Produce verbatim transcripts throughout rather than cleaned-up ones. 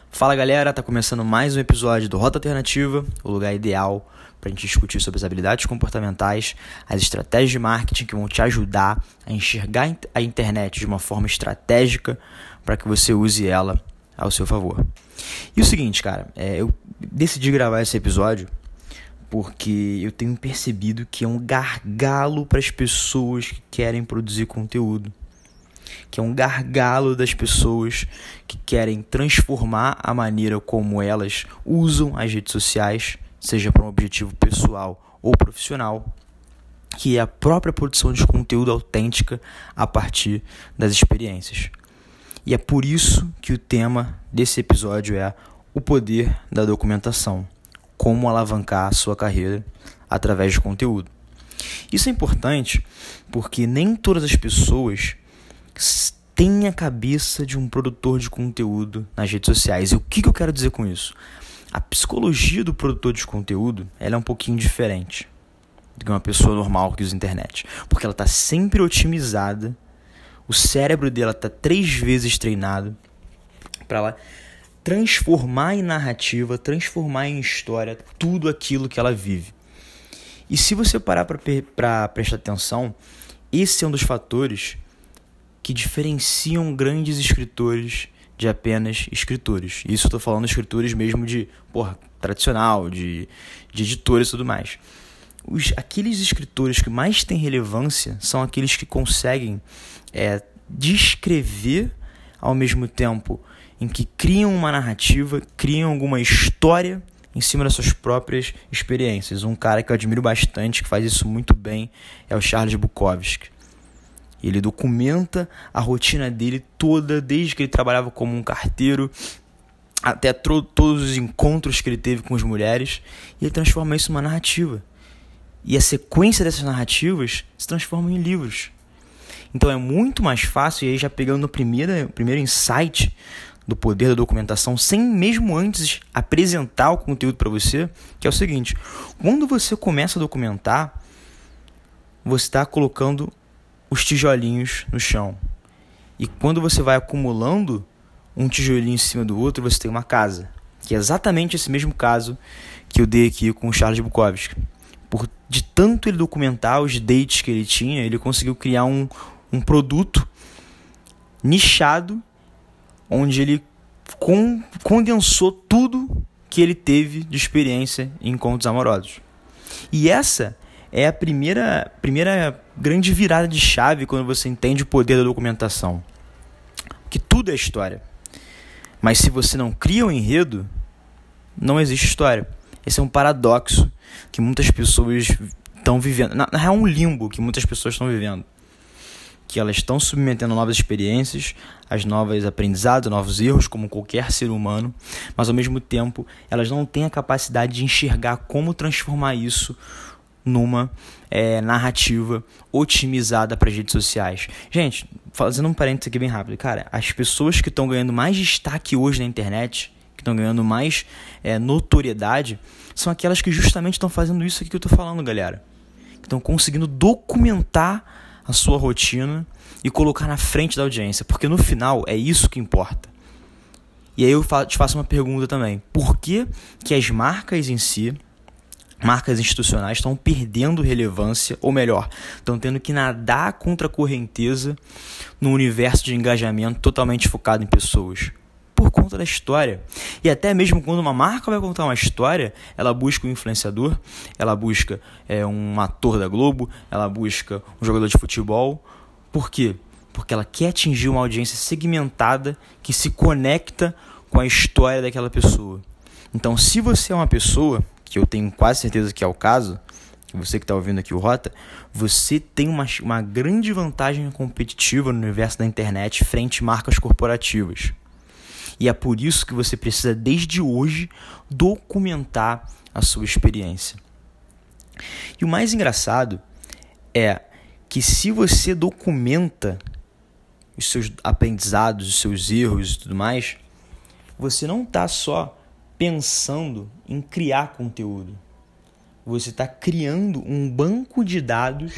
Fala galera, tá começando mais um episódio do Rota Alternativa, o lugar ideal para a gente discutir sobre as habilidades comportamentais, as estratégias de marketing que vão te ajudar a enxergar a internet de uma forma estratégica para que você use ela ao seu favor. E o seguinte, cara, é, eu decidi gravar esse episódio porque eu tenho percebido que é um gargalo para as pessoas que querem produzir conteúdo. Que é um gargalo das pessoas que querem transformar a maneira como elas usam as redes sociais, seja para um objetivo pessoal ou profissional, que é a própria produção de conteúdo autêntica a partir das experiências. E é por isso que o tema desse episódio é o poder da documentação, como alavancar a sua carreira através de conteúdo. Isso é importante porque nem todas as pessoas tem a cabeça de um produtor de conteúdo nas redes sociais. E o que, que eu quero dizer com isso? A psicologia do produtor de conteúdo ela é um pouquinho diferente do que uma pessoa normal que usa a internet. Porque ela está sempre otimizada, o cérebro dela está três vezes treinado para ela transformar em narrativa, transformar em história tudo aquilo que ela vive. E se você parar para prestar atenção, esse é um dos fatores que diferenciam grandes escritores de apenas escritores. Isso eu estou falando de escritores mesmo de, porra, tradicional, de, de editores e tudo mais. Os, aqueles escritores que mais têm relevância são aqueles que conseguem é, descrever ao mesmo tempo em que criam uma narrativa, criam alguma história em cima das suas próprias experiências. Um cara que eu admiro bastante, que faz isso muito bem, é o Charles Bukowski. Ele documenta a rotina dele toda, desde que ele trabalhava como um carteiro, até tro- todos os encontros que ele teve com as mulheres, e ele transforma isso numa narrativa. E a sequência dessas narrativas se transforma em livros. Então é muito mais fácil, e aí já pegando o primeiro, primeiro insight do poder da documentação, sem mesmo antes apresentar o conteúdo para você, que é o seguinte: quando você começa a documentar, você está colocando os tijolinhos no chão. E quando você vai acumulando um tijolinho em cima do outro, você tem uma casa. Que é exatamente esse mesmo caso que eu dei aqui com o Charles Bukowski. Por, de tanto ele documentar os dates que ele tinha, ele conseguiu criar um, um produto nichado, onde ele con, condensou tudo que ele teve de experiência em encontros amorosos. E essa é a primeira, primeira grande virada de chave quando você entende o poder da documentação. Que tudo é história. Mas se você não cria um enredo, não existe história. Esse é um paradoxo que muitas pessoas estão vivendo. Na, na real, é um limbo que muitas pessoas estão vivendo. Que elas estão submetendo a novas experiências, as novos aprendizados, novos erros, como qualquer ser humano, mas ao mesmo tempo elas não têm a capacidade de enxergar como transformar isso numa é, narrativa otimizada para as redes sociais. Gente, fazendo um parênteses aqui bem rápido, cara, as pessoas que estão ganhando mais destaque hoje na internet, que estão ganhando mais é, notoriedade, são aquelas que justamente estão fazendo isso aqui que eu estou falando, galera. Que estão conseguindo documentar a sua rotina e colocar na frente da audiência, porque no final é isso que importa. E aí eu te faço uma pergunta também: por que que as marcas em si, marcas institucionais, estão perdendo relevância, ou melhor, estão tendo que nadar contra a correnteza no universo de engajamento totalmente focado em pessoas? Por conta da história. E até mesmo quando uma marca vai contar uma história, ela busca um influenciador, ela busca é, um ator da Globo, ela busca um jogador de futebol. Por quê? Porque ela quer atingir uma audiência segmentada que se conecta com a história daquela pessoa. Então, se você é uma pessoa, que eu tenho quase certeza que é o caso, você que está ouvindo aqui o Rota, você tem uma, uma grande vantagem competitiva no universo da internet frente a marcas corporativas. E é por isso que você precisa, desde hoje, documentar a sua experiência. E o mais engraçado é que se você documenta os seus aprendizados, os seus erros e tudo mais, você não está só pensando em criar conteúdo. Você está criando um banco de dados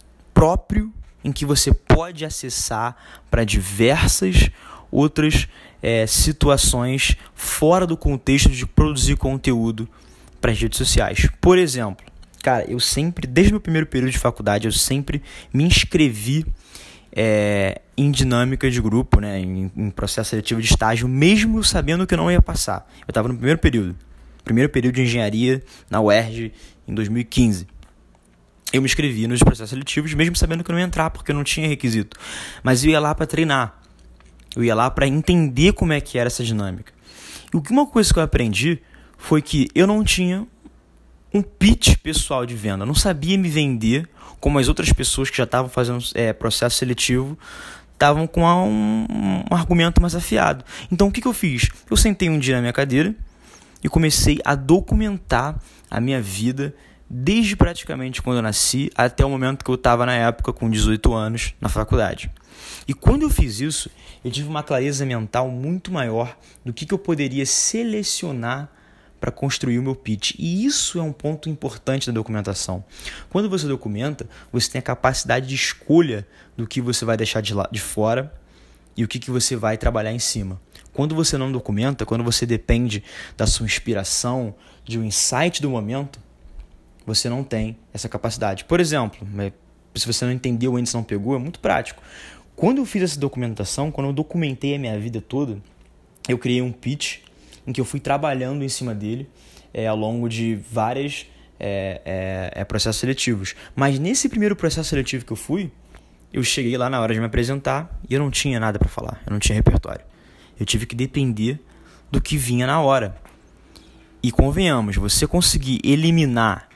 próprio em que você pode acessar para diversas outras é, situações fora do contexto de produzir conteúdo para as redes sociais. Por exemplo, cara, eu sempre, desde o meu primeiro período de faculdade, eu sempre me inscrevi é, em dinâmica de grupo, né, em, em processo seletivo de estágio, mesmo sabendo que eu não ia passar. Eu estava no primeiro período, primeiro período de engenharia na U E R J em dois mil e quinze. Eu me inscrevi nos processos seletivos, mesmo sabendo que eu não ia entrar, porque eu não tinha requisito. Mas eu ia lá para treinar, eu ia lá para entender como é que era essa dinâmica. E uma coisa que eu aprendi foi que eu não tinha um pitch pessoal de venda, eu não sabia me vender como as outras pessoas que já estavam fazendo é, processo seletivo estavam com um, um argumento mais afiado. Então o que, que eu fiz? Eu sentei um dia na minha cadeira e comecei a documentar a minha vida desde praticamente quando eu nasci até o momento que eu estava na época com dezoito anos na faculdade. E quando eu fiz isso, eu tive uma clareza mental muito maior do que, que eu poderia selecionar para construir o meu pitch. E isso é um ponto importante da documentação. Quando você documenta, você tem a capacidade de escolha do que você vai deixar de, lá, de fora e o que, que você vai trabalhar em cima. Quando você não documenta, quando você depende da sua inspiração, de um insight do momento, você não tem essa capacidade. Por exemplo, se você não entendeu ou ainda não pegou, é muito prático. Quando eu fiz essa documentação, quando eu documentei a minha vida toda, eu criei um pitch em que eu fui trabalhando em cima dele é, ao longo de vários é, é, é, processos seletivos. Mas nesse primeiro processo seletivo que eu fui, eu cheguei lá na hora de me apresentar e eu não tinha nada para falar, eu não tinha repertório. Eu tive que depender do que vinha na hora. E convenhamos, você conseguir eliminar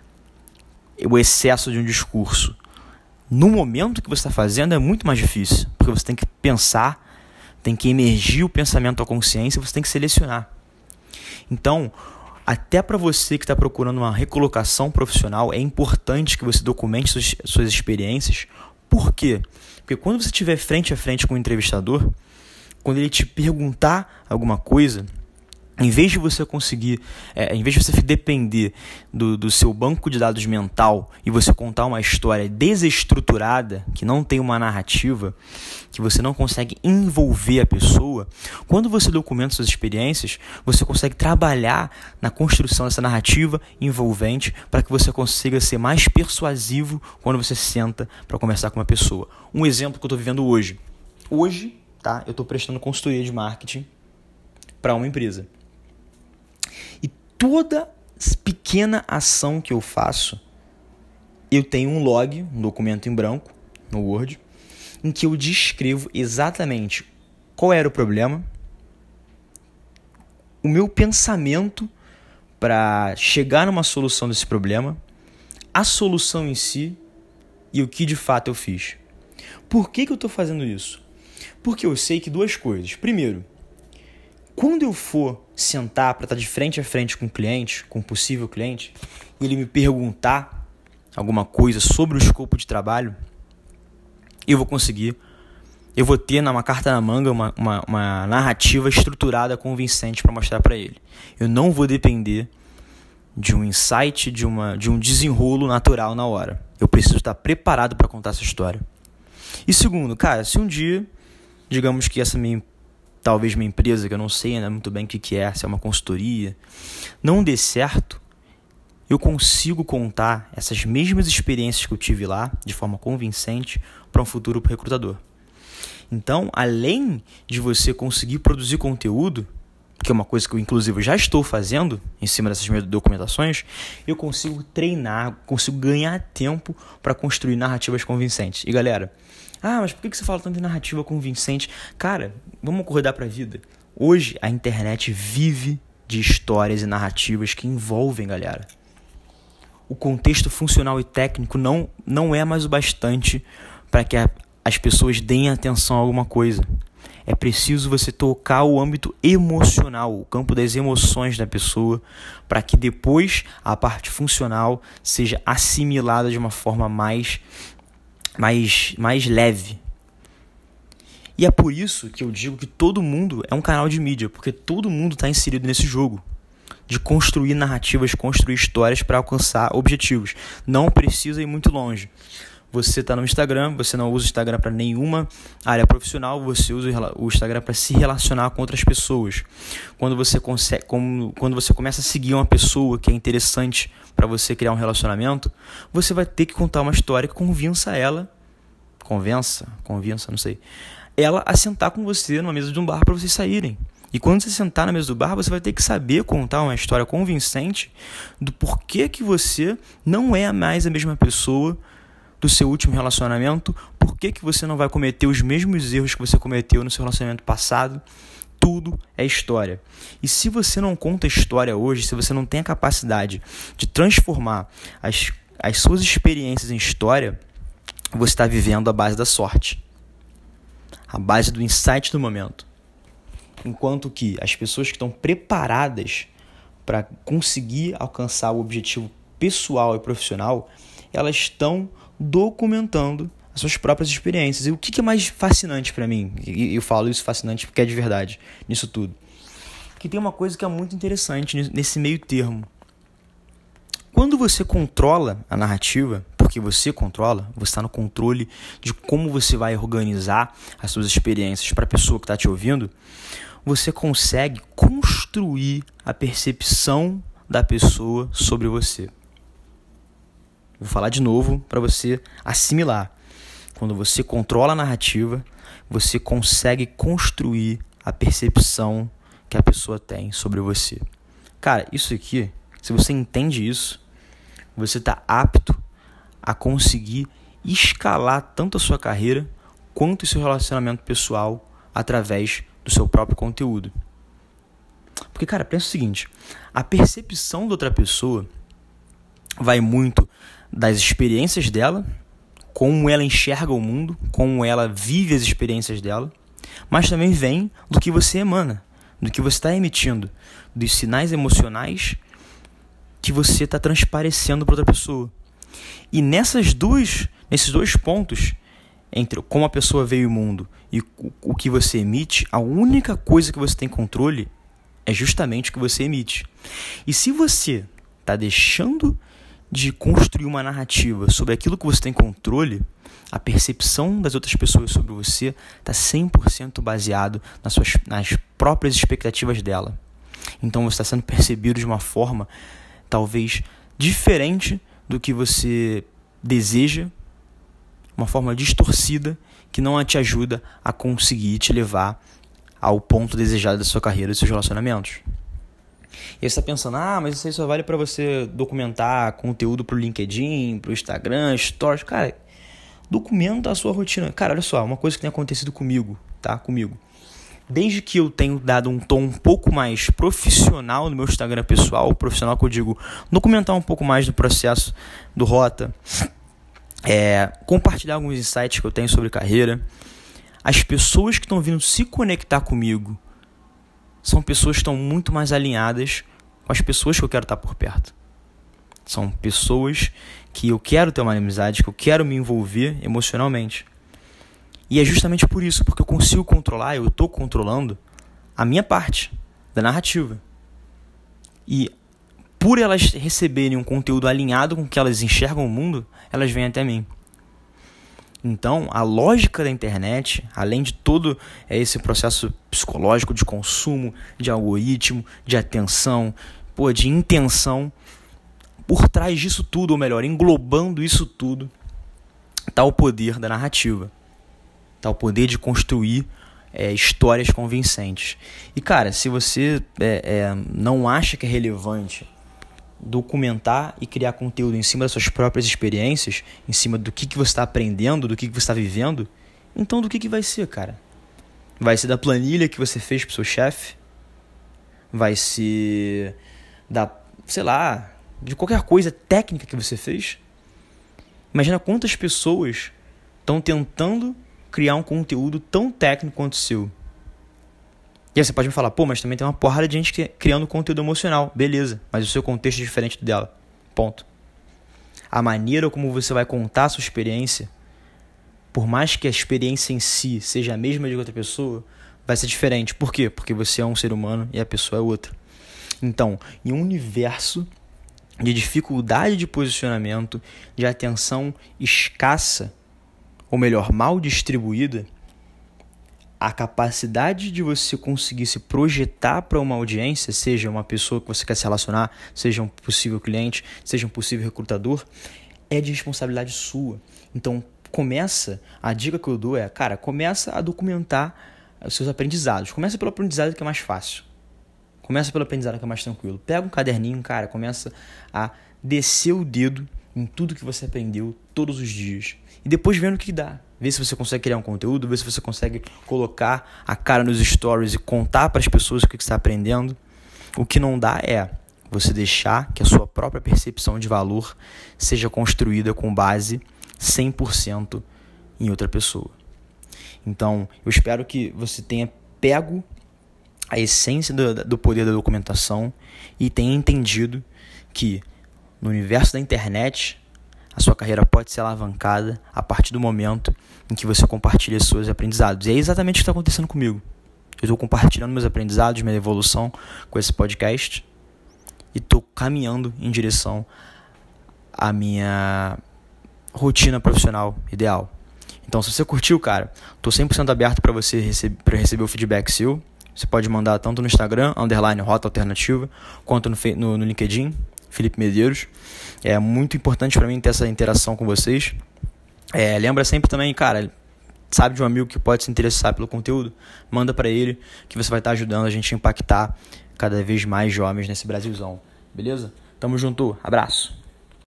o excesso de um discurso no momento que você está fazendo é muito mais difícil, porque você tem que pensar, tem que emergir o pensamento à consciência, você tem que selecionar. Então, até para você que está procurando uma recolocação profissional, é importante que você documente suas, suas experiências. Por quê? Porque quando você estiver frente a frente com o entrevistador, quando ele te perguntar alguma coisa, em vez de você conseguir, é, em vez de você depender do, do seu banco de dados mental e você contar uma história desestruturada, que não tem uma narrativa, que você não consegue envolver a pessoa, quando você documenta suas experiências, você consegue trabalhar na construção dessa narrativa envolvente para que você consiga ser mais persuasivo quando você senta para conversar com uma pessoa. Um exemplo que eu estou vivendo hoje. Hoje, tá, eu estou prestando consultoria de marketing para uma empresa. E toda pequena ação que eu faço, eu tenho um log, um documento em branco, no Word, em que eu descrevo exatamente qual era o problema, o meu pensamento para chegar numa solução desse problema, a solução em si e o que de fato eu fiz. Por que que eu estou fazendo isso? Porque eu sei que duas coisas. Primeiro, quando eu for sentar para estar de frente a frente com o cliente, com um possível cliente, e ele me perguntar alguma coisa sobre o escopo de trabalho, eu vou conseguir, eu vou ter uma carta na manga, uma, uma, uma narrativa estruturada, convincente para mostrar para ele. Eu não vou depender de um insight, de, uma, de um desenrolo natural na hora. Eu preciso estar preparado para contar essa história. E segundo, cara, se um dia, digamos que essa minha talvez minha empresa, que eu não sei ainda muito bem o que é, se é uma consultoria, não dê certo, eu consigo contar essas mesmas experiências que eu tive lá, de forma convincente, para um futuro recrutador. Então, além de você conseguir produzir conteúdo, que é uma coisa que eu, inclusive, já estou fazendo em cima dessas minhas documentações, eu consigo treinar, consigo ganhar tempo para construir narrativas convincentes. E, galera, ah, mas por que você fala tanto em narrativa convincente? Cara, vamos acordar para a vida. Hoje, a internet vive de histórias e narrativas que envolvem, galera. O contexto funcional e técnico não, não é mais o bastante para que a, as pessoas deem atenção a alguma coisa. É preciso você tocar o âmbito emocional, o campo das emoções da pessoa, para que depois a parte funcional seja assimilada de uma forma mais, mais, mais leve. E é por isso que eu digo que todo mundo é um canal de mídia, porque todo mundo está inserido nesse jogo de construir narrativas, construir histórias para alcançar objetivos. Não precisa ir muito longe. você está no Instagram, você não usa o Instagram para nenhuma área profissional, você usa o Instagram para se relacionar com outras pessoas. Quando você, consegue, quando você começa a seguir uma pessoa que é interessante para você criar um relacionamento, você vai ter que contar uma história que convença ela, convença, convença, não sei, ela a sentar com você numa mesa de um bar para vocês saírem. E quando você sentar na mesa do bar, você vai ter que saber contar uma história convincente do porquê que você não é mais a mesma pessoa do seu último relacionamento, porquê que você não vai cometer os mesmos erros que você cometeu no seu relacionamento passado. Tudo é história. E se você não conta história hoje, se você não tem a capacidade de transformar as, as suas experiências em história, você está vivendo a base da sorte, a base do insight do momento. Enquanto que as pessoas que estão preparadas para conseguir alcançar o objetivo pessoal e profissional, elas estão documentando as suas próprias experiências. E o que é mais fascinante para mim, e eu falo isso fascinante porque é de verdade nisso tudo, que tem uma coisa que é muito interessante nesse meio termo. Quando você controla a narrativa, porque você controla, você está no controle de como você vai organizar as suas experiências para a pessoa que está te ouvindo, você consegue construir a percepção da pessoa sobre você. Vou falar de novo para você assimilar. Quando você controla a narrativa, você consegue construir a percepção que a pessoa tem sobre você. Cara, isso aqui, se você entende isso, você está apto a conseguir escalar tanto a sua carreira quanto o seu relacionamento pessoal através do seu próprio conteúdo. Porque, cara, pensa o seguinte, a percepção da outra pessoa vai muito das experiências dela, como ela enxerga o mundo, como ela vive as experiências dela, mas também vem do que você emana, do que você está emitindo, dos sinais emocionais que você está transparecendo para outra pessoa. E nessas duas, nesses dois pontos, entre como a pessoa veio ao mundo e o que você emite, a única coisa que você tem controle é justamente o que você emite. E se você está deixando de construir uma narrativa sobre aquilo que você tem controle, a percepção das outras pessoas sobre você está cem por cento baseado nas, suas, nas próprias expectativas dela. Então você está sendo percebido de uma forma talvez diferente do que você deseja, uma forma distorcida que não te ajuda a conseguir te levar ao ponto desejado da sua carreira e dos seus relacionamentos. E aí você está pensando, ah, mas isso aí só vale para você documentar conteúdo para o LinkedIn, para o Instagram, Stories. Cara, documenta a sua rotina. Cara, olha só, uma coisa que tem acontecido comigo, tá? Comigo. Desde que eu tenho dado um tom um pouco mais profissional no meu Instagram pessoal, profissional que eu digo, documentar um pouco mais do processo do Rota, é, compartilhar alguns insights que eu tenho sobre carreira, as pessoas que estão vindo se conectar comigo são pessoas que estão muito mais alinhadas com as pessoas que eu quero estar por perto. São pessoas que eu quero ter uma amizade, que eu quero me envolver emocionalmente. E é justamente por isso, porque eu consigo controlar, eu estou controlando a minha parte da narrativa. E por elas receberem um conteúdo alinhado com o que elas enxergam o mundo, elas vêm até mim. Então, a lógica da internet, além de todo esse processo psicológico de consumo, de algoritmo, de atenção, pô, de intenção, por trás disso tudo, ou melhor, englobando isso tudo, está o poder da narrativa. Está o poder de construir é, histórias convincentes. E, cara, se você é, é, não acha que é relevante documentar e criar conteúdo em cima das suas próprias experiências, em cima do que, que você está aprendendo, do que, que você está vivendo, então do que, que vai ser, cara? Vai ser da planilha que você fez pro seu chefe? Vai ser da, sei lá, de qualquer coisa técnica que você fez? Imagina quantas pessoas estão tentando criar um conteúdo tão técnico quanto o seu. E aí você pode me falar, pô, mas também tem uma porrada de gente criando conteúdo emocional. Beleza, mas o seu contexto é diferente do dela. Ponto. A maneira como você vai contar a sua experiência, por mais que a experiência em si seja a mesma de outra pessoa, vai ser diferente. Por quê? Porque você é um ser humano e a pessoa é outra. Então, em um universo de dificuldade de posicionamento, de atenção escassa, ou melhor, mal distribuída, a capacidade de você conseguir se projetar para uma audiência, seja uma pessoa que você quer se relacionar, seja um possível cliente, seja um possível recrutador, é de responsabilidade sua. Então, começa, a dica que eu dou é, cara, começa a documentar os seus aprendizados. Começa pelo aprendizado que é mais fácil. Começa pelo aprendizado que é mais tranquilo. Pega um caderninho, cara, começa a descer o dedo em tudo que você aprendeu todos os dias. E depois vendo o que dá. Vê se você consegue criar um conteúdo, vê se você consegue colocar a cara nos stories e contar para as pessoas o que você está aprendendo. O que não dá é você deixar que a sua própria percepção de valor seja construída com base cem por cento em outra pessoa. Então, eu espero que você tenha pego a essência do, do poder da documentação e tenha entendido que no universo da internet a sua carreira pode ser alavancada a partir do momento em que você compartilha seus aprendizados. E é exatamente o que está acontecendo comigo. Eu estou compartilhando meus aprendizados, minha evolução com esse podcast e estou caminhando em direção à minha rotina profissional ideal. Então, se você curtiu, cara, estou cem por cento aberto para você receber, para receber o feedback seu. Você pode mandar tanto no Instagram, underline Rota Alternativa, quanto no, no, no LinkedIn, Felipe Medeiros. É muito importante para mim ter essa interação com vocês. É, lembra sempre também, cara, sabe de um amigo que pode se interessar pelo conteúdo? Manda para ele, que você vai estar ajudando a gente a impactar cada vez mais jovens nesse Brasilzão. Beleza? Tamo junto. Abraço.